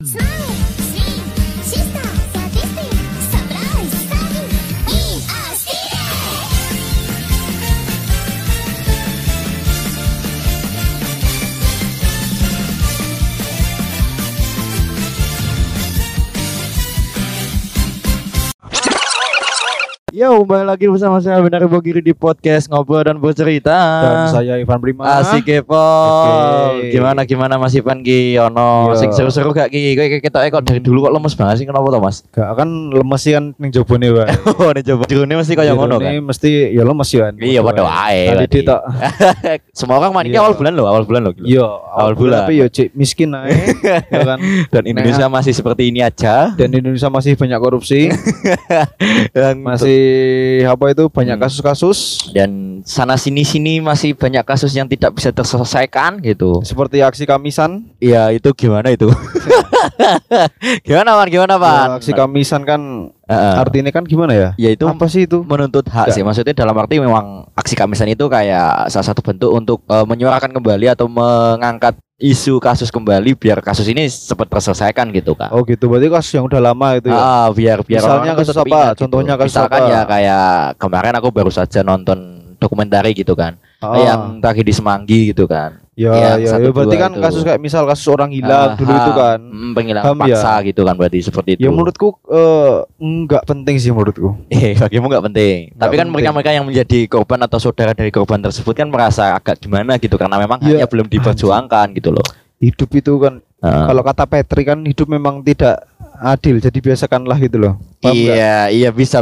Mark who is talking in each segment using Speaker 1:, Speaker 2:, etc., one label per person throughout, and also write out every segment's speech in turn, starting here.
Speaker 1: Yo, kembali lagi bersama saya Benar Bogiri di podcast Ngobrol dan Bercerita.
Speaker 2: Dan saya Ivan Prima.
Speaker 1: Asik kepo. Gimana Mas Ivan ki ono sing seru-seru gak ki? Kita kok dari dulu kok lemes banget sih, kenapa toh Mas?
Speaker 2: Gak kan lemes sih kan ning jobone wae.
Speaker 1: Oh, ning jobo. Jurune mesti kaya ngono kan.
Speaker 2: Mesti ya lemes ya.
Speaker 1: Iya, padha wae.
Speaker 2: Tadi tok.
Speaker 1: Semua orang maniknya awal bulan loh.
Speaker 2: Iya,
Speaker 1: awal bulan.
Speaker 2: Tapi ya cik miskin ae, ya kan.
Speaker 1: Dan Indonesia masih seperti ini aja.
Speaker 2: Dan Indonesia masih banyak korupsi.
Speaker 1: Dan
Speaker 2: masih apa itu banyak kasus-kasus
Speaker 1: dan sana sini masih banyak kasus yang tidak bisa terselesaikan gitu.
Speaker 2: Seperti aksi Kamisan.
Speaker 1: Iya, itu gimana itu? Gimana Pak?
Speaker 2: Ya, aksi Kamisan kan artinya kan gimana ya?
Speaker 1: Ya itu
Speaker 2: apa sih itu?
Speaker 1: Menuntut hak sih. Maksudnya dalam arti memang aksi Kamisan itu kayak salah satu bentuk untuk menyuarakan kembali atau mengangkat isu kasus kembali biar kasus ini cepat terselesaikan gitu kan.
Speaker 2: Oh gitu, berarti kasus yang udah lama itu ya.
Speaker 1: Biar
Speaker 2: misalnya kasus apa? Contohnya
Speaker 1: gitu.
Speaker 2: kasus
Speaker 1: Misalkan
Speaker 2: apa?
Speaker 1: Ya kayak kemarin aku baru saja nonton dokumenter gitu kan. Yang tragedi Semanggi gitu kan.
Speaker 2: Ya, berarti kan itu. Kasus kayak misal kasus orang hilang dulu itu kan
Speaker 1: penghilangan paksa gitu kan, berarti seperti itu.
Speaker 2: Ya menurutku enggak penting sih menurutku.
Speaker 1: Bagimu enggak penting. Tapi kan mereka yang menjadi korban atau saudara dari korban tersebut kan merasa agak gimana gitu karena memang hanya belum diperjuangkan gitu loh.
Speaker 2: Hidup itu kan kalau kata Petri kan hidup memang tidak adil, jadi biasakanlah gitu loh.
Speaker 1: Iya bisa.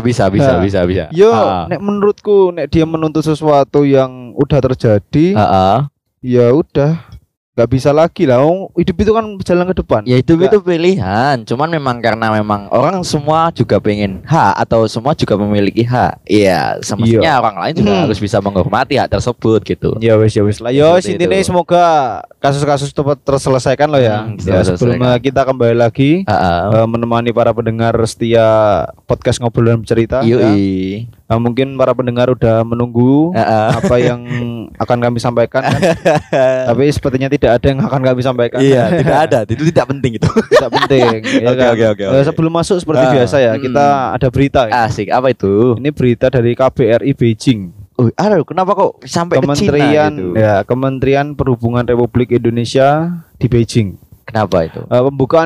Speaker 2: Yo, nek menurutku nek dia menuntut sesuatu yang udah terjadi, ya udah nggak bisa lagi lah. Hidup itu kan berjalan ke depan.
Speaker 1: Ya hidup itu pilihan. Cuman memang karena memang orang semua juga pengen hak atau semua juga memiliki hak. Iya, semestinya orang lain juga harus bisa menghormati hak tersebut gitu.
Speaker 2: Ya wis lah. Yo intinya semoga kasus-kasus cepat terselesaikan loh ya. Sebelumnya kita kembali lagi menemani para pendengar setia podcast Ngobrol dan Bercerita.
Speaker 1: Yoi.
Speaker 2: Mungkin para pendengar udah menunggu apa yang akan kami sampaikan kan? Tapi sepertinya tidak ada yang akan kami sampaikan.
Speaker 1: Iya, tidak ada. Itu tidak penting itu.
Speaker 2: Tidak penting. Oke. Sebelum masuk seperti biasa ya, kita ada berita.
Speaker 1: Asik, apa itu?
Speaker 2: Ini berita dari KBRI Beijing.
Speaker 1: Aduh, kenapa kok sampai ke Cina gitu?
Speaker 2: Ya, Kementerian Perhubungan Republik Indonesia di Beijing.
Speaker 1: Kenapa itu?
Speaker 2: Pembukaan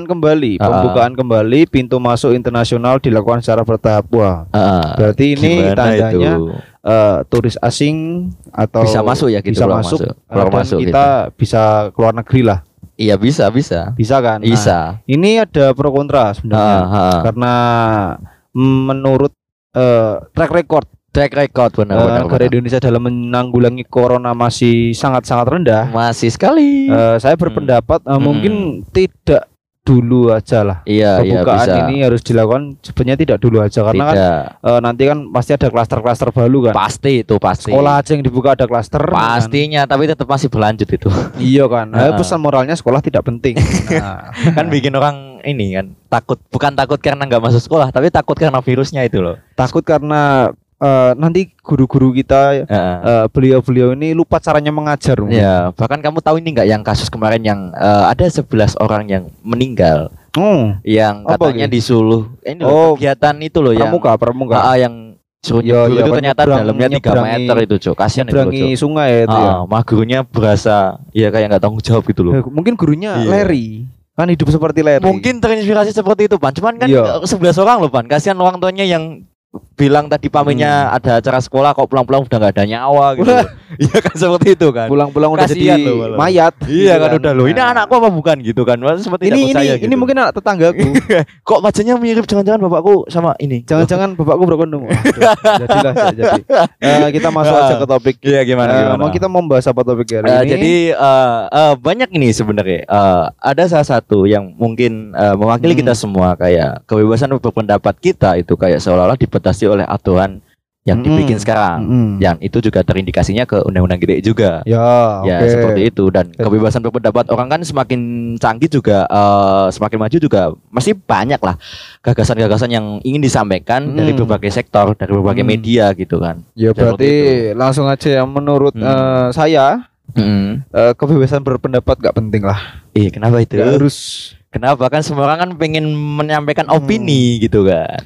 Speaker 2: kembali pintu masuk internasional dilakukan secara bertahap. Berarti ini tandanya turis asing atau
Speaker 1: bisa masuk ya gitu,
Speaker 2: bisa masuk dan kita gitu. Bisa keluar negeri lah.
Speaker 1: Iya bisa
Speaker 2: kan?
Speaker 1: Bisa.
Speaker 2: Ini ada pro kontra sebenarnya karena menurut track record benar. Negara Indonesia dalam menanggulangi corona masih sangat-sangat rendah.
Speaker 1: Masih sekali.
Speaker 2: Saya berpendapat mungkin tidak dulu aja lah. Pembukaan ini harus dilakukan sebenarnya tidak dulu aja karena kan nanti kan pasti ada klaster-klaster baru kan.
Speaker 1: Pasti.
Speaker 2: Sekolah aja yang dibuka ada klaster.
Speaker 1: Pastinya, kan? Tapi tetap masih berlanjut itu.
Speaker 2: Iya kan. Pesan moralnya sekolah tidak penting.
Speaker 1: Kan bikin orang ini kan takut, bukan takut karena nggak masuk sekolah, tapi takut karena virusnya itu loh.
Speaker 2: Takut karena nanti guru-guru kita beliau-beliau ini lupa caranya mengajar.
Speaker 1: Ya, bahkan kamu tahu ini enggak yang kasus kemarin yang ada 11 orang yang meninggal. Yang katanya disuruh ini loh, kegiatan itu loh
Speaker 2: pramuka.
Speaker 1: Yang suruh itu ternyata dalamnya 3 meter itu, Cok. Kasihan itu,
Speaker 2: Cok. Sungai itu ya.
Speaker 1: Gurunya berasa kayak enggak tanggung jawab gitu loh.
Speaker 2: Mungkin gurunya Larry. Kan hidup seperti Larry.
Speaker 1: Mungkin terinspirasi seperti itu, Pan. Cuman kan 11 orang loh, Pan. Kasihan orang tuanya yang bilang tadi pamitnya ada acara sekolah kok pulang-pulang udah nggak ada nyawa gitu. Iya kan seperti itu kan.
Speaker 2: Pulang-pulang udah jadi mayat.
Speaker 1: Iya kan udah loh. Ini anakku apa bukan gitu kan. Seperti
Speaker 2: ini
Speaker 1: gitu.
Speaker 2: Mungkin anak tetanggaku.
Speaker 1: Kok wajahnya mirip, jangan-jangan bapakku sama ini.
Speaker 2: Jangan-jangan bapakku berkondom. Jadi. Kita masuk aja ke topik.
Speaker 1: Iya gimana?
Speaker 2: Mau kita membahas apa topik hari ini?
Speaker 1: Jadi banyak ini sebenarnya. Ada salah satu yang mungkin mewakili kita semua, kayak kebebasan berpendapat kita itu kayak seolah-olah dibatasi oleh aturan yang dibikin sekarang, yang itu juga terindikasinya ke undang-undang ITE juga. Seperti itu. Dan kebebasan berpendapat orang kan semakin canggih juga, semakin maju juga, masih banyak lah gagasan-gagasan yang ingin disampaikan dari berbagai sektor, dari berbagai media gitu kan.
Speaker 2: Ya berarti langsung aja yang menurut saya kebebasan berpendapat gak penting lah.
Speaker 1: Kenapa itu?
Speaker 2: Gak harus
Speaker 1: Kenapa kan semua orang kan pengen menyampaikan opini gitu kan.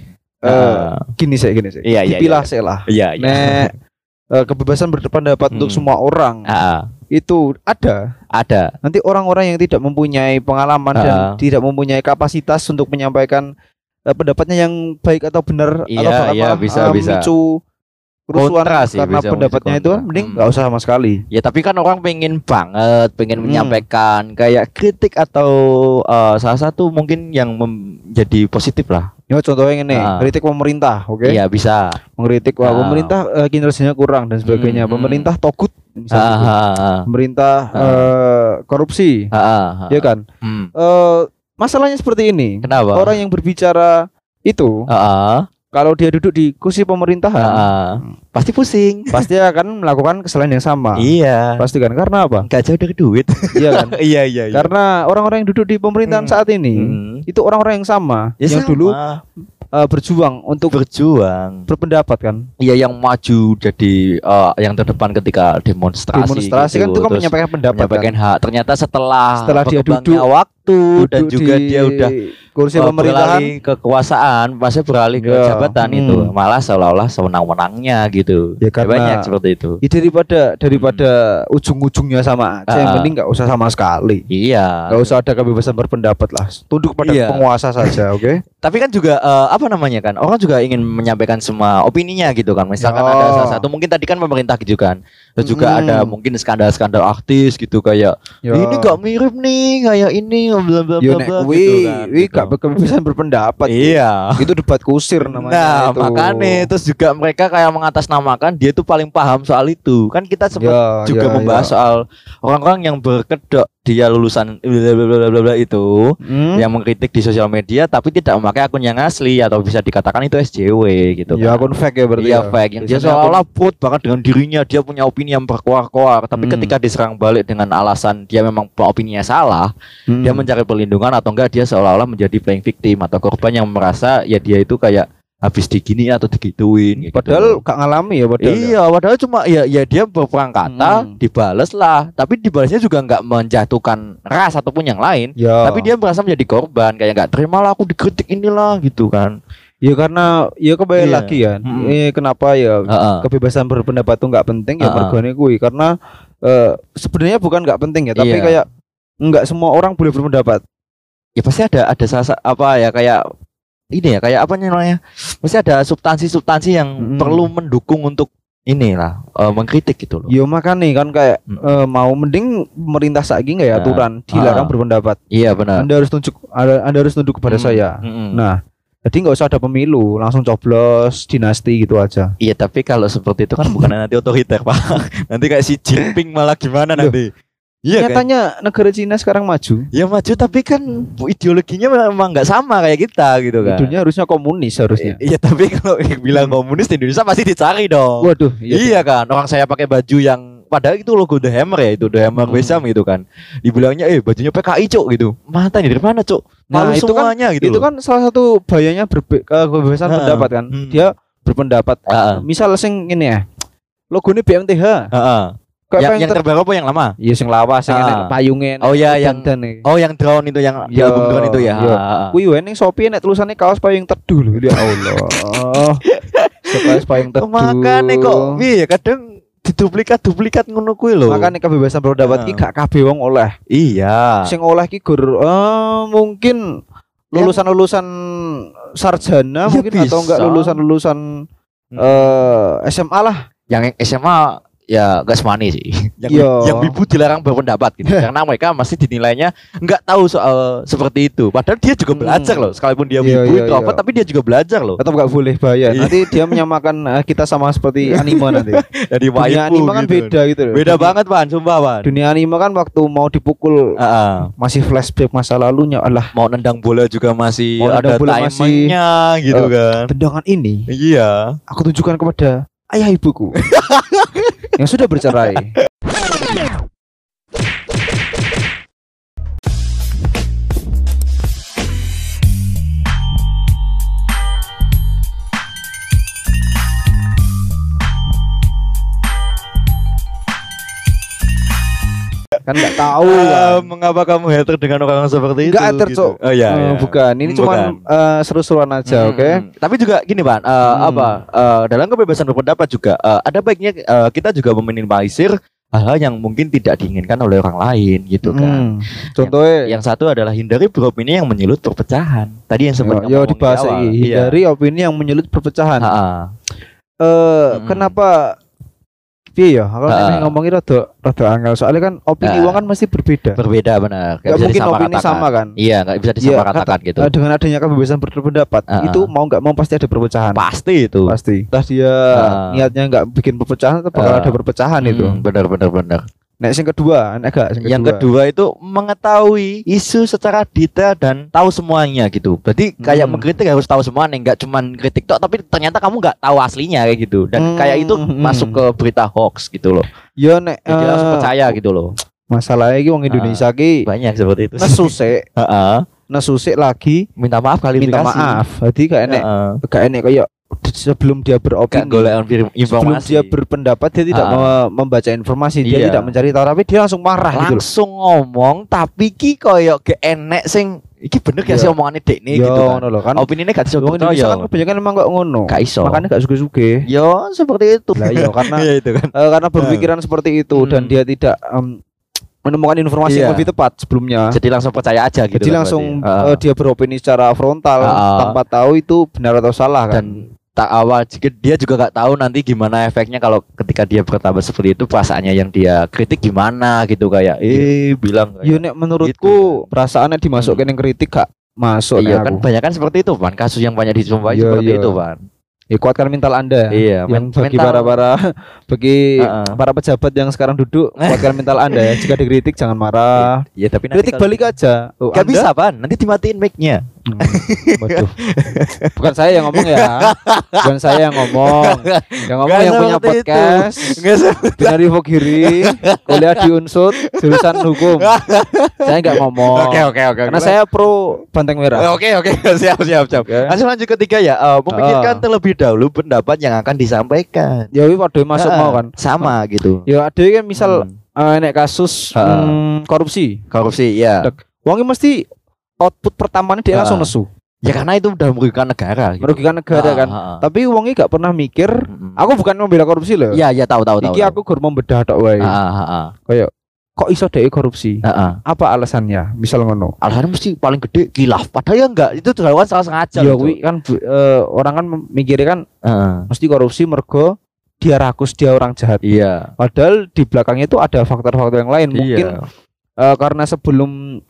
Speaker 2: Gini sih.
Speaker 1: Iya,
Speaker 2: dipilah sih lah.
Speaker 1: Iya.
Speaker 2: Nek kebebasan berpendapat untuk semua orang. Itu ada. Nanti orang-orang yang tidak mempunyai pengalaman dan tidak mempunyai kapasitas untuk menyampaikan pendapatnya yang baik atau benar atau malah
Speaker 1: bisa
Speaker 2: memicu kerusuhan karena pendapatnya itu mending nggak usah sama sekali.
Speaker 1: Ya tapi kan orang pengen menyampaikan kayak kritik atau salah satu mungkin yang menjadi positif lah.
Speaker 2: Ya contohnya ini kritik pemerintah, oke?
Speaker 1: Iya bisa.
Speaker 2: Mengkritik pemerintah kinerjanya kurang dan sebagainya. Pemerintah togut misalnya. Pemerintah korupsi, ya kan? Masalahnya seperti ini.
Speaker 1: Kenapa?
Speaker 2: Orang yang berbicara itu kalau dia duduk di kursi pemerintahan
Speaker 1: pasti pusing.
Speaker 2: Pasti akan melakukan kesalahan yang sama.
Speaker 1: Iya.
Speaker 2: Pasti kan, karena apa?
Speaker 1: Gak jauh dari duit.
Speaker 2: Iya kan?
Speaker 1: Iya.
Speaker 2: Karena orang-orang yang duduk di pemerintahan saat ini itu orang-orang yang sama
Speaker 1: ya,
Speaker 2: yang dulu berjuang untuk berpendapat kan.
Speaker 1: Iya, yang maju jadi yang terdepan ketika demonstrasi
Speaker 2: gitu. Kan itu kan menyampaikan pendapat kan?
Speaker 1: hak. Ternyata setelah
Speaker 2: dia duduk
Speaker 1: dan juga dia udah
Speaker 2: kursi pemerintahan
Speaker 1: beralih ke kekuasaan, masih beralih ke jabatan itu malah seolah-olah sewenang-wenangnya gitu.
Speaker 2: Ya, karena
Speaker 1: banyak seperti itu.
Speaker 2: Ya, daripada ujung-ujungnya sama aja, yang penting nggak usah sama sekali.
Speaker 1: Iya.
Speaker 2: Nggak usah ada kebebasan berpendapat lah. Tunduk pada penguasa saja, oke?
Speaker 1: Tapi kan juga orang juga ingin menyampaikan semua opininya gitu kan. Misalkan ada salah satu, mungkin tadi kan pemerintah gitu kan. Terus juga ada mungkin skandal-skandal artis gitu kayak ini gak mirip nih kayak ini bla bla bla gitu kan.
Speaker 2: Gak kebebasan berpendapat.
Speaker 1: Iya.
Speaker 2: Itu debat kusir namanya.
Speaker 1: Nah, makanya terus juga mereka kayak mengatasnamakan dia tuh paling paham soal itu. Kan kita sempat juga membahas soal orang-orang yang berkedok dia lulusan bla itu yang mengkritik di sosial media tapi tidak memakai akun yang asli atau bisa dikatakan itu SJW gitu kan.
Speaker 2: Ya akun fake ya berarti.
Speaker 1: Iya fake yang dia seolah-olah proud banget dengan dirinya, dia punya opini yang berkoar-koar tapi ketika diserang balik dengan alasan dia memang opininya salah, dia mencari perlindungan atau enggak dia seolah-olah menjadi playing victim atau korban yang merasa ya dia itu kayak habis digini atau digituin gitu.
Speaker 2: Padahal gak ngalami ya padahal.
Speaker 1: Iya, padahal cuma ya dia berperang kata, dibales lah. Tapi dibalasnya juga nggak menjatuhkan ras ataupun yang lain. Ya. Tapi dia merasa menjadi korban, kayak nggak terima lah aku dikritik inilah gitu kan.
Speaker 2: Ya karena ya kembali lagi ya. Kenapa ya kebebasan berpendapat itu nggak penting ya mergone kuwi karena sebenarnya bukan nggak penting ya, tapi kayak nggak semua orang boleh berpendapat.
Speaker 1: Ya pasti ada kayak ini ya kayak apa namanya, mesti ada substansi yang perlu mendukung untuk inilah mengkritik gitu loh.
Speaker 2: Yo makanya kan kayak mau mending pemerintah saiki nggak ya aturan dilarang berpendapat.
Speaker 1: Iya benar.
Speaker 2: Anda harus tunduk kepada saya. Nah, jadi nggak usah ada pemilu, langsung coblos dinasti gitu aja.
Speaker 1: Iya tapi kalau seperti itu kan bukan nanti otoriter Pak. Nanti kayak si Jinping malah gimana nanti?
Speaker 2: Iya nyatanya kan? Negara Cina sekarang maju.
Speaker 1: Ya maju tapi kan ideologinya memang nggak sama kayak kita gitu kan.
Speaker 2: Itunya harusnya komunis harusnya.
Speaker 1: Iya tapi kalau bilang komunis di Indonesia pasti dicari dong.
Speaker 2: Waduh.
Speaker 1: Iya kan. Orang saya pakai baju yang padahal itu logo The Hammer ya, itu The Hammer Besam gitu kan. Dibilangnya bajunya PKI cuk gitu. Mata ini dari mana cuk?
Speaker 2: Nah itu semuanya kan, gitu. Itu kan salah satu bahayanya kebebasan pendapat kan. Dia berpendapat. Misal sing ini ya. Logonya BMTH.
Speaker 1: Yang terbaru apa yang lama?
Speaker 2: Iya yang lawas yang payungnya.
Speaker 1: Oh ya yang drone itu yang di album drone itu ya.
Speaker 2: Kuwi wae ning Shopee nek tulisannya kaos payung teduh lho. Ya Allah. Kaos payung teduh.
Speaker 1: Makane kok piye kadang diduplikat ngono kuwi lho.
Speaker 2: Makane kebebasan berpendapat iki gak kabeh wong oleh.
Speaker 1: Iya.
Speaker 2: Sing oleh ki gur mungkin lulusan sarjana mungkin atau enggak lulusan SMA lah.
Speaker 1: Yang SMA ya gak semani sih. Yang wibu dilarang berpendapat gitu. Karena mereka masih dinilainya nggak tahu soal seperti itu. Padahal dia juga belajar loh. Sekalipun dia wibu itu apa, tapi dia juga belajar loh.
Speaker 2: Tetap nggak boleh bayar. Nanti dia menyamakan kita sama seperti anime nanti.
Speaker 1: Jadi
Speaker 2: dunia anime kan
Speaker 1: gitu.
Speaker 2: Beda gitu loh.
Speaker 1: Beda banget Pan, sumpah Pan.
Speaker 2: Dunia anime kan waktu mau dipukul masih flashback masa lalunya. Allah.
Speaker 1: Mau nendang bola juga masih ada timingnya gitu kan.
Speaker 2: Tendangan ini.
Speaker 1: Iya.
Speaker 2: Aku tunjukkan kepada ayah ibuku yang sudah bercerai. Kan nggak tahu.
Speaker 1: Mengapa kamu hater dengan orang seperti itu?
Speaker 2: Nggak hater,
Speaker 1: gitu.
Speaker 2: Oh ya. Bukan. Ini cuma seru-seruan aja, oke?
Speaker 1: Tapi juga gini, Pan. Dalam kebebasan berpendapat juga ada baiknya kita juga meminimalisir hal-hal yang mungkin tidak diinginkan oleh orang lain gitu kan.
Speaker 2: Contohnya
Speaker 1: yang satu adalah hindari beropini yang menyulut perpecahan. Tadi yang sempat
Speaker 2: dibahas hindari opini yang menyulut perpecahan. Kenapa? Iya, kalau ngomongin rada angel soalnya kan opini uang kan masih berbeda.
Speaker 1: Berbeda benar.
Speaker 2: Gak mungkin opini sama kan?
Speaker 1: Iya, nggak bisa disamaratakan gitu.
Speaker 2: Dengan adanya kebebasan berpendapat, itu mau nggak mau pasti ada perpecahan.
Speaker 1: Pasti itu.
Speaker 2: Pasti. Entah dia niatnya nggak bikin perpecahan, tetap bakal ada perpecahan itu.
Speaker 1: Benar.
Speaker 2: Nah, yang
Speaker 1: kedua itu mengetahui isu secara detail dan tahu semuanya gitu. Berarti kayak mengkritik harus tahu semuanya, nggak cuman kritik tok, tapi ternyata kamu nggak tahu aslinya kayak gitu. Dan kayak itu masuk ke berita hoax gitu loh.
Speaker 2: Ya nek
Speaker 1: jadi langsung percaya gitu loh.
Speaker 2: Masalahnya wong Indonesia ki
Speaker 1: banyak seperti itu.
Speaker 2: Nesusik lagi
Speaker 1: minta maaf
Speaker 2: minta maaf. Jadi gak enek kayak sebelum dia beropini, sebelum dia berpendapat dia tidak membaca informasi, dia tidak mencari tahu, tapi dia langsung marah
Speaker 1: langsung gitu ngomong, tapi ki koyo ge enek sing iki bener gak sih omongannya dek nih gitu kan. Opini ini gak disebut
Speaker 2: kan kebanyakan emang gak ngono. Makanya gak suge-suge.
Speaker 1: Yo seperti itu.
Speaker 2: Lah yo karena karena berpikiran seperti itu dan dia tidak menemukan informasi yang lebih tepat sebelumnya.
Speaker 1: Jadi langsung percaya aja gitu.
Speaker 2: Jadi langsung dia beropini secara frontal tanpa tahu itu benar atau salah kan.
Speaker 1: Dan tak awal dia juga gak tahu nanti gimana efeknya kalau ketika dia bertambah seperti itu, perasaannya yang dia kritik gimana gitu kayak bilang
Speaker 2: kayak, nek menurutku gitu. Perasaannya dimasukin yang kritik gak masuk.
Speaker 1: Iya kan banyak kan seperti itu Pan, kasus yang banyak dijumpai seperti itu Pan.
Speaker 2: Kuatkan mental Anda.
Speaker 1: Iya,
Speaker 2: yang bagi para pejabat yang sekarang duduk, kuatkan mental Anda ya. Jika dikritik jangan marah.
Speaker 1: Iya, tapi
Speaker 2: kritik balik aja.
Speaker 1: Gak bisa Pan, nanti dimatiin mic-nya.
Speaker 2: Bukan saya yang ngomong ya. Bukan saya yang ngomong. Yang ngomong yang punya podcast. Binari Fogiri, kuliah di Unsud, jurusan hukum. Saya nggak ngomong.
Speaker 1: Oke.
Speaker 2: Karena saya pro Banteng Merah.
Speaker 1: Oke. Siap. Langsung lanjut ketiga ya. Memikirkan terlebih dahulu pendapat yang akan disampaikan.
Speaker 2: Ya waduh masuk mau kan.
Speaker 1: Sama gitu.
Speaker 2: Ya ada kan misal nek kasus korupsi
Speaker 1: ya.
Speaker 2: Wongnya mesti output pertamanya dia langsung nesu.
Speaker 1: Ya karena itu udah merugikan negara gitu.
Speaker 2: Merugikan negara kan. Tapi wongnya gak pernah mikir. Aku bukan membela korupsi loh.
Speaker 1: Iya tahu.
Speaker 2: Iki aku gur membedah tok wae. Kayak kok iso dhek korupsi? Apa alasannya? Misal ngono.
Speaker 1: Alasannya mesti paling gede khilaf. Padahal ya enggak, itu dilakukan salah sengaja.
Speaker 2: Ya kuwi kan orang kan mikirnya kan mesti korupsi mergo dia rakus, dia orang jahat.
Speaker 1: Iya.
Speaker 2: Padahal di belakangnya itu ada faktor-faktor yang lain. Mungkin karena sebelum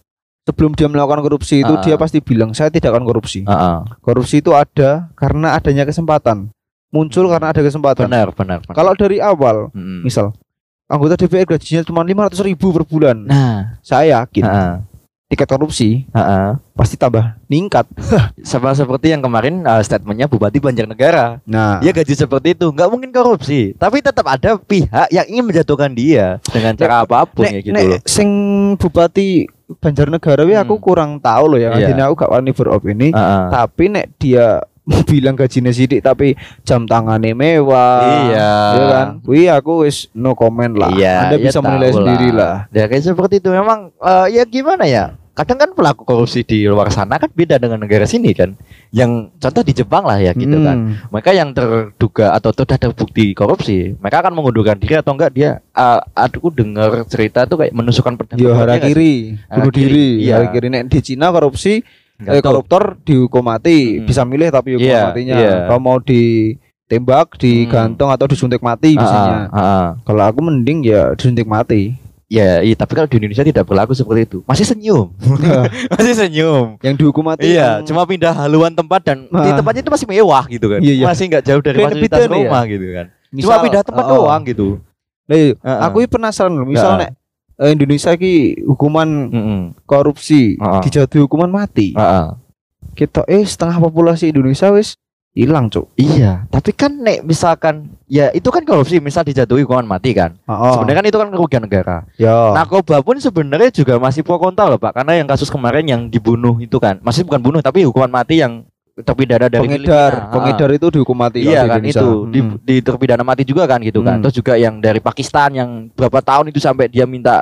Speaker 2: dia melakukan korupsi itu dia pasti bilang saya tidak akan korupsi. Korupsi itu ada karena adanya kesempatan. Muncul karena ada kesempatan.
Speaker 1: Benar.
Speaker 2: Kalau dari awal, misal anggota DPR gajinya cuma 500.000 per bulan.
Speaker 1: Nah,
Speaker 2: saya yakin tiket korupsi pasti tambah meningkat.
Speaker 1: Sama seperti yang kemarin statementnya Bupati Banjarnegara.
Speaker 2: Nah,
Speaker 1: dia gaji seperti itu, nggak mungkin korupsi, tapi tetap ada pihak yang ingin menjatuhkan dia dengan cara apapun ya gitu loh.
Speaker 2: Sing Bupati Banjarnegara aku kurang tahu loh ya. Artinya aku gak wani beropini. Tapi nek dia bilang gajinya sidik tapi jam tangannya mewah.
Speaker 1: Iya
Speaker 2: kan. Wih aku wis no comment lah. Anda bisa menilai sendiri lah.
Speaker 1: Ya kayak seperti itu memang ya gimana ya. Kadang kan pelaku korupsi di luar sana kan beda dengan negara sini kan. Yang contoh di Jepang lah ya gitu kan. Mereka yang terduga atau sudah terbukti korupsi, mereka akan mengundurkan diri atau enggak dia. Aku dengar cerita tuh kayak menusukkan pedang.
Speaker 2: Harakiri, bunuh diri. Harakiri nek di Cina korupsi, koruptor dihukum mati, bisa milih tapi hukum matinya. Kalau mau ditembak, digantung atau disuntik mati biasanya. Kalau aku mending ya disuntik mati.
Speaker 1: Ya, tapi kalau di Indonesia tidak berlaku seperti itu. Masih senyum. Masih senyum.
Speaker 2: Yang dihukum mati.
Speaker 1: Iya, cuma pindah haluan tempat dan di tempatnya itu masih mewah gitu kan. Masih enggak jauh dari fasilitas rumah gitu kan. Cuma pindah tempat doang gitu.
Speaker 2: Aku penasaran loh, misalnya Indonesia ki hukuman korupsi dijatuhi hukuman mati. Kita setengah populasi Indonesia wis hilang cuk.
Speaker 1: Iya, tapi kan nek misalkan ya itu kan korupsi, misal dijatuhi hukuman mati kan. Sebenarnya kan itu kan kerugian negara. Narkoba pun sebenarnya juga masih pro kontra loh Pak, karena yang kasus kemarin yang dibunuh itu kan masih bukan bunuh tapi hukuman mati yang terpidana dari
Speaker 2: pengedar itu dihukum mati.
Speaker 1: Iya kan itu di terpidana mati juga kan gitu kan. Terus juga yang dari Pakistan yang berapa tahun itu sampai dia minta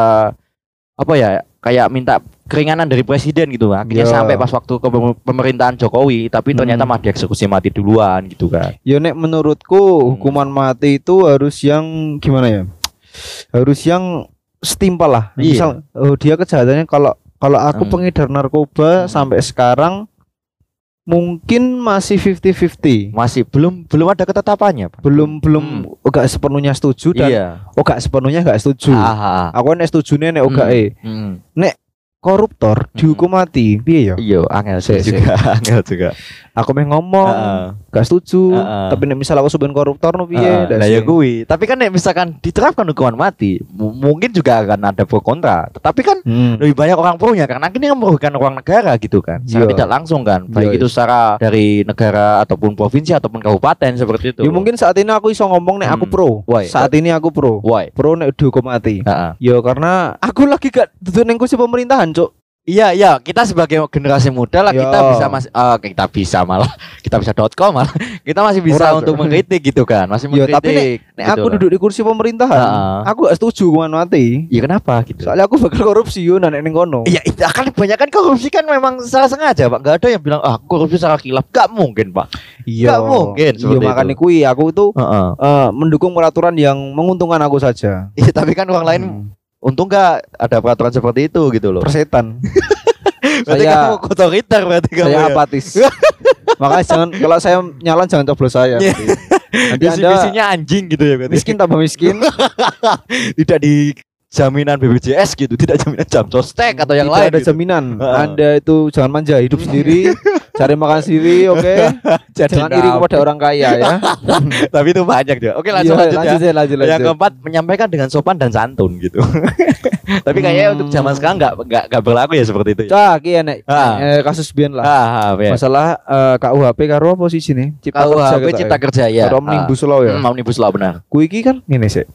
Speaker 1: apa ya kayak minta keringanan dari presiden gitu akhirnya sampai pas waktu ke pemerintahan Jokowi tapi ternyata malah dieksekusi mati duluan gitu kan.
Speaker 2: Ya nek menurutku hukuman mati itu harus yang gimana ya? Harus yang setimpal lah. Misal dia kejahatannya kalau aku pengedar narkoba sampai sekarang mungkin masih 50-50.
Speaker 1: Masih belum ada ketetapannya, Pak.
Speaker 2: Belum enggak sepenuhnya setuju dan enggak sepenuhnya enggak setuju. Aku nek setujune nek enggak nek koruptor dihukum mati piye ya?
Speaker 1: Iya, angel juga.
Speaker 2: Aku ngomong gak setuju, tapi nek misal aku sebenarnya koruptor no piye?
Speaker 1: Lah ya kuwi. Tapi kan nek misalkan diterapkan hukuman mati, mungkin juga akan ada pro kontra. Tetapi kan lebih banyak orang pro-nya karena ini kan merugikan uang negara gitu kan. Secara tidak langsung kan. Baik itu secara dari negara ataupun provinsi ataupun kabupaten seperti itu.
Speaker 2: Ya mungkin saat ini aku iso ngomong nek aku pro. Saat ini aku pro. Pro nek dihukum mati. Ya karena aku lagi gak duduk ning kursi pemerintahan, Cuk.
Speaker 1: Iya, kita sebagai generasi muda lah kita bisa .com malah kita masih bisa untuk mengkritik gitu kan, masih mengkritik.
Speaker 2: Tapi nek aku duduk di kursi pemerintahan, aku gak setuju hukuman mati.
Speaker 1: Iya kenapa gitu?
Speaker 2: Soalnya aku bakal korupsi yo nek ning kono.
Speaker 1: Iya, kan kebanyakan korupsi kan memang salah sengaja, Pak. Gak ada yang bilang korupsi secara khilaf, gak mungkin, Pak.
Speaker 2: Iya, gak mungkin. Iya makanya kuwi aku itu mendukung peraturan yang menguntungkan aku saja.
Speaker 1: Iya, tapi kan orang lain untung gak ada peraturan seperti itu gitu loh.
Speaker 2: Persetan.
Speaker 1: Berarti kamu otoriter berarti kamu.
Speaker 2: Saya apatis. Makanya kalau saya nyalon jangan coblos saya. Nanti
Speaker 1: visinya anjing gitu ya berarti.
Speaker 2: Miskin tambah miskin.
Speaker 1: Tidak di jaminan BPJS gitu, tidak jaminan jam sostek atau yang lain.
Speaker 2: Tidak ada
Speaker 1: gitu.
Speaker 2: jaminan. Anda itu jangan manja, hidup sendiri, cari makan sendiri, oke? Jangan iri kepada orang kaya ya.
Speaker 1: Tapi itu banyak juga. Oke, lanjut ya. Yang keempat, menyampaikan dengan sopan dan santun gitu. Tapi kayaknya untuk zaman sekarang enggak berlaku ya seperti itu.
Speaker 2: Cak, iya nek. Kasus biyen lah. Masalah KUHP karo apa sih sini?
Speaker 1: KUHP Cipta Kerja ya.
Speaker 2: Omnibus Law ya.
Speaker 1: Omnibus Law benar.
Speaker 2: Kuwi iki kan ngene sih.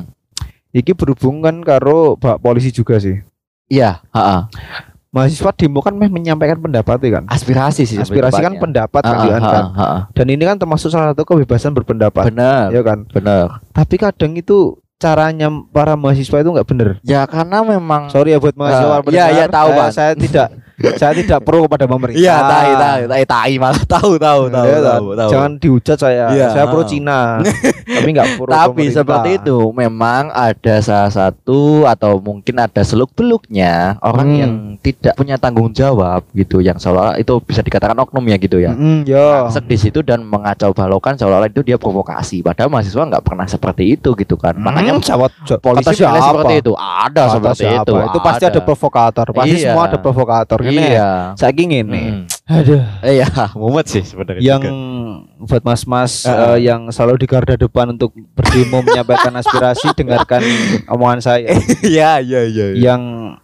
Speaker 2: Iki berhubungan karo Pak Polisi juga sih.
Speaker 1: Iya,
Speaker 2: Mahasiswa demo kan menyampaikan pendapat kan.
Speaker 1: Aspirasi sih.
Speaker 2: Aspirasi kan pendapat kan. Dan ini kan termasuk salah satu kebebasan berpendapat.
Speaker 1: Benar.
Speaker 2: Ya kan?
Speaker 1: Benar.
Speaker 2: Tapi kadang itu caranya para mahasiswa itu enggak benar.
Speaker 1: Ya karena memang
Speaker 2: sorry ya buat mahasiswa
Speaker 1: benar. Iya, tahu, Pak.
Speaker 2: Saya tidak pro kepada pemerintah.
Speaker 1: Iya, tai malah tahu.
Speaker 2: Jangan dihujat saya. Saya pro Cina. Tapi enggak pro.
Speaker 1: Tapi seperti itu memang ada salah satu atau mungkin ada seluk-beluknya orang yang tidak punya tanggung jawab gitu, yang seolah itu bisa dikatakan oknum ya gitu ya. Masuk di situ dan mengacau balaukan seolah-olah itu dia provokasi. Padahal mahasiswa enggak pernah seperti itu gitu kan. Makanya polisi seperti itu. Ada seperti itu.
Speaker 2: Itu pasti ada provokator. Pasti semua ada provokator.
Speaker 1: Iya.
Speaker 2: Saya ingin nih.
Speaker 1: Aduh. Iya, mumet sih sebenarnya.
Speaker 2: Yang buat mas-mas yang selalu di garda depan untuk berdemo menyampaikan aspirasi, dengarkan omongan saya.
Speaker 1: Iya.
Speaker 2: Yang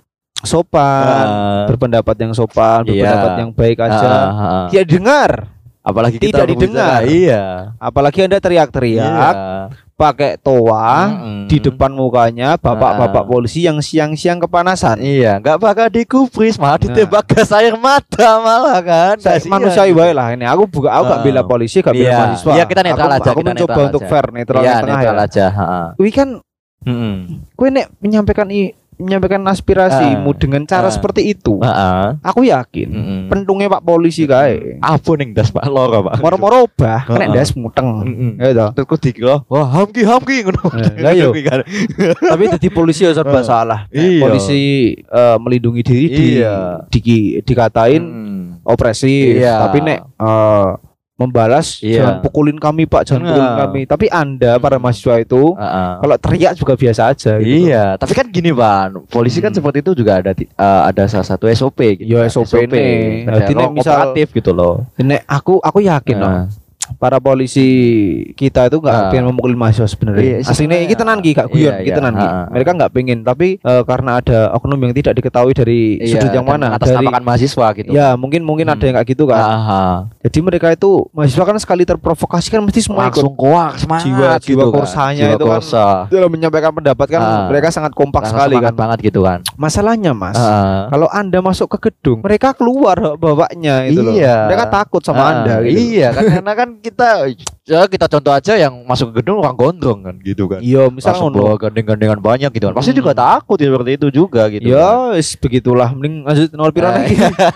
Speaker 2: sopan, berpendapat yang sopan, berpendapat yang baik aja. Ya dengar.
Speaker 1: Apalagi
Speaker 2: kita tidak didengar.
Speaker 1: Iya.
Speaker 2: Apalagi Anda teriak-teriak. Pakai toa di depan mukanya bapak-bapak polisi yang siang-siang kepanasan.
Speaker 1: Iya, nggak bakal digubris, malah ditembak gas air mata malah kan.
Speaker 2: Manusiawi baik lah ini. Aku gak bela polisi, gak bela mahasiswa.
Speaker 1: Iya, kita netral aja.
Speaker 2: Aku mencoba untuk fair, netral tengah ya.
Speaker 1: aja.
Speaker 2: Kuwi kan, kuwi nek menyampaikan aspirasimu dengan cara seperti itu. Aku yakin pentungnya Pak polisi kae.
Speaker 1: Apa ning das Pak loro Pak.
Speaker 2: Moro-moro obah, kena das muteng. Ya to.
Speaker 1: Terus dikira, wah hamki ngono.
Speaker 2: Lah yo. Tapi dadi polisi ya serba salah. Polisi melindungi diri dikatain opresi. Tapi nek membalas jangan pukulin kami Pak, jangan pukulin kami. Tapi Anda para mahasiswa itu kalau teriak juga biasa aja gitu.
Speaker 1: Iya, tapi kan gini Pak, polisi kan seperti itu juga ada salah satu SOP gitu.
Speaker 2: Ya SOP nih.
Speaker 1: Jadi misal gitu loh.
Speaker 2: Nek aku yakin loh. para polisi kita itu nggak pengen memukul mahasiswa sebenarnya. Aslinya kita nanti gak guyon, kita nanti. Mereka nggak pengen, tapi karena ada oknum yang tidak diketahui dari sudut yang mana,
Speaker 1: atas namakan mahasiswa gitu.
Speaker 2: Ya mungkin ada yang kayak gitu kan. Jadi mereka itu mahasiswa kan sekali terprovokasi kan mesti semua
Speaker 1: langsung kuat, semangat
Speaker 2: jiwa korsanya itu kan dalam menyampaikan pendapat kan mereka sangat kompak sekali kan.
Speaker 1: Banget gitu kan.
Speaker 2: Masalahnya Mas, kalau Anda masuk ke gedung, mereka keluar bawanya itu loh. Mereka takut sama Anda gitu.
Speaker 1: Iya kan, karena kan kita contoh aja yang masuk ke gedung orang gondrong kan gitu kan.
Speaker 2: Iya, misalnya
Speaker 1: bawa gandengan banyak gitu kan. Pasti juga takut ya seperti itu juga gitu.
Speaker 2: Ya, begitulah. Mending lanjut nol pira lagi.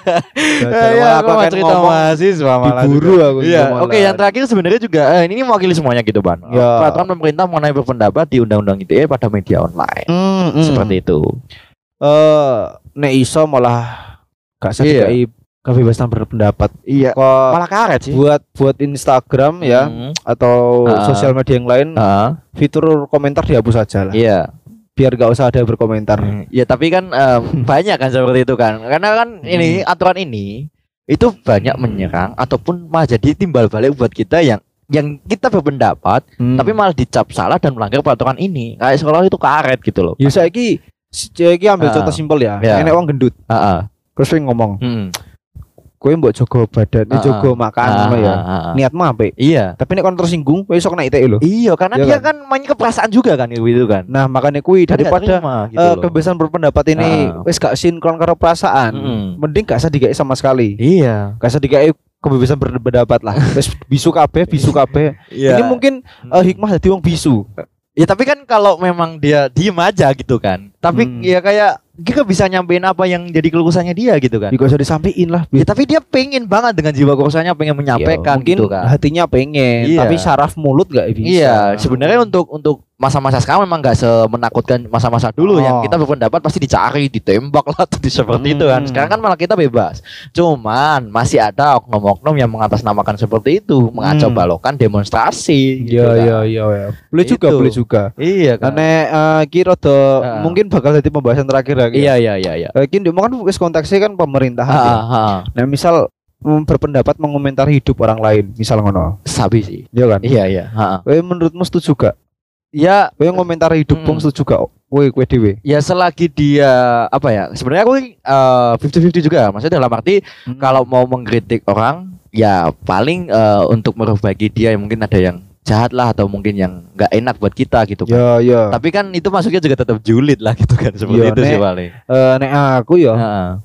Speaker 1: Ya, aku mau cerita mahasiswa malah.
Speaker 2: Diburu aku.
Speaker 1: Iya, oke, yang terakhir sebenarnya juga ini mewakili semuanya gitu, Ban. Peraturan pemerintah mengenai berpendapat di Undang-Undang ITE pada media online. Seperti itu.
Speaker 2: Nek iso malah gak sedih kebebasan berpendapat.
Speaker 1: Iya. Malah karet sih.
Speaker 2: Buat Instagram ya atau sosial media yang lain, fitur komentar dihapus saja lah.
Speaker 1: Iya.
Speaker 2: Biar gak usah ada berkomentar.
Speaker 1: Ya tapi kan banyak kan seperti itu kan. Karena kan ini aturan ini itu banyak menyerang ataupun malah jadi timbal balik buat kita yang kita berpendapat tapi malah dicap salah dan melanggar peraturan ini. Kayak sekolah itu karet gitu loh.
Speaker 2: Ya saiki ambil contoh simpel ya. Enek wong gendut. Terus ngomong. Kowe mbok jogo badan, jogo makan ya. Niatmu apik.
Speaker 1: Iya.
Speaker 2: Tapi nek kon tersinggung, kowe iso kena ITE lho.
Speaker 1: Iya, karena dia kan main ke perasaan juga kan gitu kan.
Speaker 2: Nah, makanya kuwi daripada kebebasan berpendapat ini wis gak sinkron karo perasaan, mending gak usah digawe sama sekali.
Speaker 1: Iya.
Speaker 2: Gak usah digawe kebebasan berpendapat lah. Wis bisu kabeh. Ini mungkin hikmah dadi wong bisu.
Speaker 1: Ya tapi kan kalau memang dia diem aja gitu kan. Tapi ya kayak kita bisa nyampein apa yang jadi kelukusannya dia gitu kan.
Speaker 2: Gak usah disampaikan lah.
Speaker 1: Ya tapi dia pengen banget dengan jiwa korsanya pengen menyampaikan
Speaker 2: mungkin
Speaker 1: gitu kan.
Speaker 2: Hatinya pengen, tapi saraf mulut gak bisa.
Speaker 1: Iya, sebenarnya untuk masa-masa sekarang memang gak semenakutkan masa-masa dulu yang kita berpendapat pasti dicari, ditembak lah atau seperti itu kan. Sekarang kan malah kita bebas. Cuman masih ada oknum-oknum yang mengatasnamakan seperti itu, mengacau balokan demonstrasi gitu kan.
Speaker 2: Iya. Boleh juga.
Speaker 1: Iya kan.
Speaker 2: Karena kira mungkin bakal jadi pembahasan terakhir lagi.
Speaker 1: Iya.
Speaker 2: Kini kan konteksnya kan pemerintahan. Nah, misal berpendapat mengomentari hidup orang lain, misal ngono.
Speaker 1: Sabi sih.
Speaker 2: Iya kan?
Speaker 1: Iya.
Speaker 2: Menurutmu setuju gak?
Speaker 1: Ya,
Speaker 2: kowe ngomentari hidup wong setuju gak? Kowe dhewe.
Speaker 1: Ya selagi dia apa ya? Sebenarnya aku 50-50 juga. Maksudnya dalam arti kalau mau mengkritik orang, ya paling untuk memperbaiki dia yang mungkin ada yang jahat lah atau mungkin yang nggak enak buat kita gitu kan.
Speaker 2: Ya.
Speaker 1: Tapi kan itu masuknya juga tetap julid lah gitu kan seperti itu sih paling.
Speaker 2: Nek aku ya.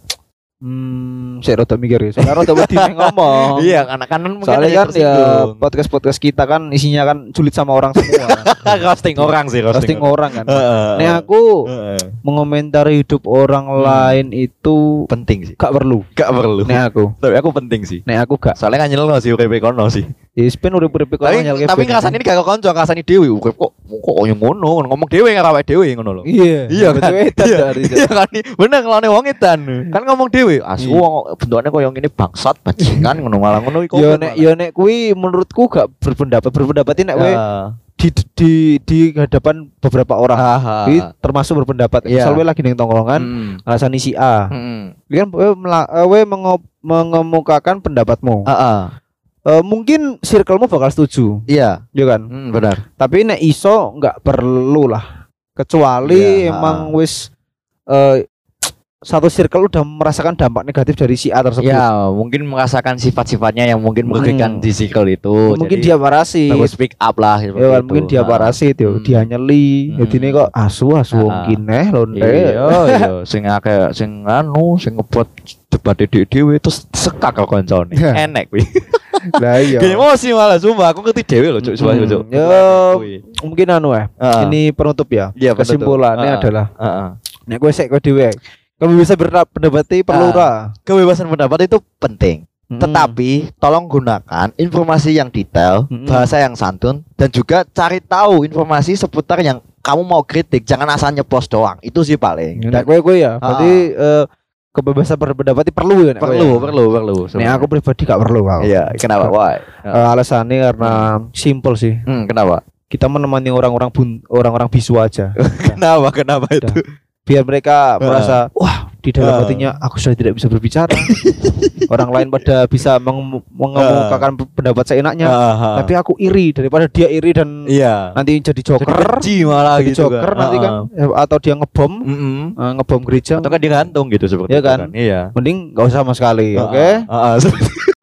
Speaker 2: Saya rada mikir ya. Soalnya rada wedi ngomong.
Speaker 1: Iya, anak-anak mungkin
Speaker 2: soalnya kan ya podcast kita kan isinya kan julid sama orang semua.
Speaker 1: Roasting orang sih,
Speaker 2: roasting orang kan. Nek aku mengomentari hidup orang lain itu
Speaker 1: penting sih.
Speaker 2: Gak perlu. Nek aku.
Speaker 1: Tapi aku penting sih.
Speaker 2: Nek aku gak.
Speaker 1: Soalnya kan nyelel sih urip kono sih.
Speaker 2: Ispen urip kono nyelel.
Speaker 1: Tapi ngrasani ini gak konco, ngrasani dhewe urip kok yang ngono, ngomong dhewe karo awake dhewe ngono lho.
Speaker 2: Iya kan.
Speaker 1: Iya kan. Bener ngelone wong edan. Kan ngomong dhewe, asu bentukane koyo ngene bangsat bajingan ngono malah ngono iku.
Speaker 2: Ya nek kuwi menurutku gak berpendapat ini nek kowe di hadapan beberapa orang termasuk berpendapat. Misal kowe lagi ning tongkrongan ngrasani si A. Kan kowe mengemukakan pendapatmu. Mungkin circlemu bakal setuju.
Speaker 1: Iya
Speaker 2: kan?
Speaker 1: Benar.
Speaker 2: Tapi nek iso nggak perlu lah. Kecuali emang wis satu circle udah merasakan dampak negatif dari si A tersebut.
Speaker 1: Ya, mungkin merasakan sifat-sifatnya yang mungkin merugikan di circle itu.
Speaker 2: Mungkin dia parasit.
Speaker 1: Harus speak up lah
Speaker 2: ya, kan, mungkin dia parasit yo, dia nyeli. Jadi ini kok asu wong kineh lonte.
Speaker 1: Iya, sing akeh sing ngebuat debat dhewe terus sekak karo koncone. Enek kuwi.
Speaker 2: Lah iya.
Speaker 1: Gini emosi malah sumpah aku ngerti dhewe lho, Cuk.
Speaker 2: Mungkin ini penutup ya. Kesimpulannya adalah nek kowe sik kowe dhewe kebebasan berpendapat perlu
Speaker 1: kebebasan pendapat itu penting. Tetapi tolong gunakan informasi yang detail, bahasa yang santun, dan juga cari tahu informasi seputar yang kamu mau kritik. Jangan asal nyeplos doang. Itu sih paling.
Speaker 2: Dan kowe ya, berarti kebebasan berpendapat perlu ya?
Speaker 1: Perlu.
Speaker 2: Nek aku pribadi gak perlu.
Speaker 1: Iya, kenapa? Why?
Speaker 2: Alasannya karena simple sih.
Speaker 1: Kenapa?
Speaker 2: Kita menemani orang-orang bisu aja.
Speaker 1: Kenapa itu?
Speaker 2: Biar mereka merasa wah di dalam hatinya aku sudah tidak bisa berbicara. Orang lain pada bisa mengemukakan pendapat seenaknya, tapi aku iri daripada dia iri dan nanti jadi joker,
Speaker 1: malah
Speaker 2: jadi
Speaker 1: gitu
Speaker 2: joker kan. Nanti kan atau dia ngebom gereja
Speaker 1: atau kan dia gantung gitu seperti
Speaker 2: ya kan.
Speaker 1: Iya.
Speaker 2: Mending nggak usah sama sekali, oke?